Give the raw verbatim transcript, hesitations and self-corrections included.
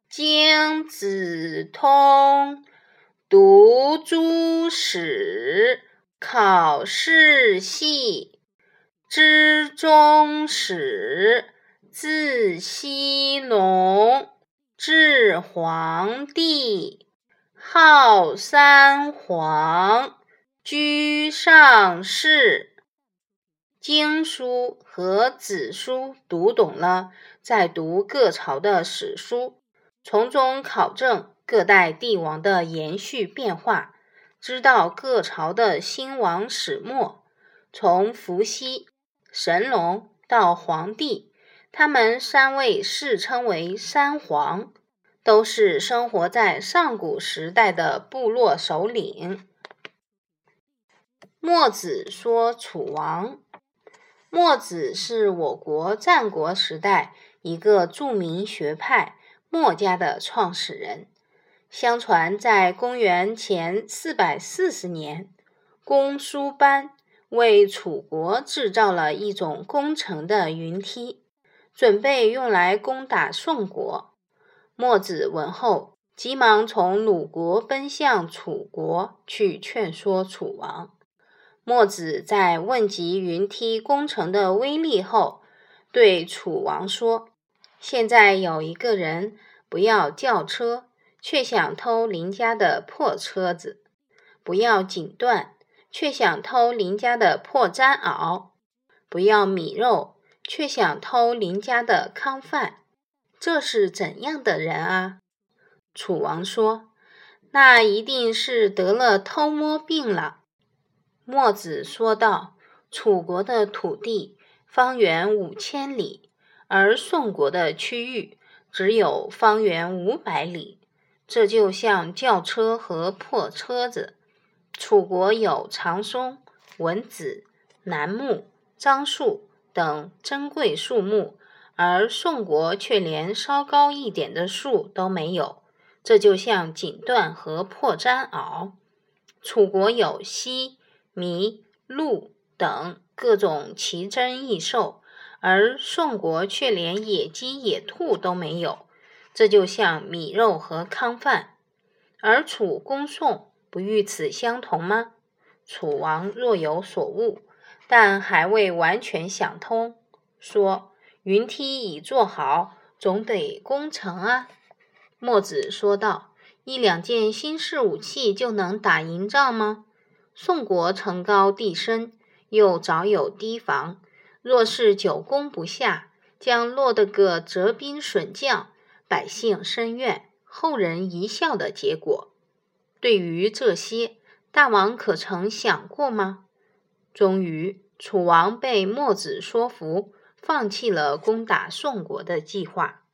经子通，读诸史，考世系，知终始，自羲龙，至黄帝，号三皇，居上世。经书和子书读懂了，再读各朝的史书，从中考证各代帝王的延续变化，知道各朝的兴亡始末。从伏羲、神龙到黄帝，他们三位世称为三皇，都是生活在上古时代的部落首领。墨子说楚王。墨子是我国战国时代一个著名学派墨家的创始人。相传在公元前四百四十年，公输班为楚国制造了一种攻城的云梯，准备用来攻打宋国。墨子闻后，急忙从鲁国奔向楚国去劝说楚王。墨子在问及云梯工程的威力后，对楚王说：现在有一个人不要轿车，却想偷邻家的破车子；不要锦缎，却想偷邻家的破毡袄；不要米肉，却想偷邻家的糠饭。这是怎样的人啊？楚王说：那一定是得了偷摸病了。墨子说道：楚国的土地方圆五千里，而宋国的区域只有方圆五百里，这就像轿车和破车子。楚国有长松、蚊子、楠木、樟树等珍贵树木，而宋国却连稍高一点的树都没有，这就像锦缎和破毡袄。楚国有犀、麋、鹿等各种奇珍异兽，而宋国却连野鸡、野兔都没有，这就像米肉和糠饭。而楚攻宋不与此相同吗？楚王若有所悟，但还未完全想通，说：云梯已做好，总得攻城啊。墨子说道：一两件新式武器就能打赢仗吗？宋国城高地深，又早有堤防，若是久攻不下，将落得个折兵损将，百姓生怨，后人一笑的结果。对于这些，大王可曾想过吗？终于，楚王被墨子说服，放弃了攻打宋国的计划。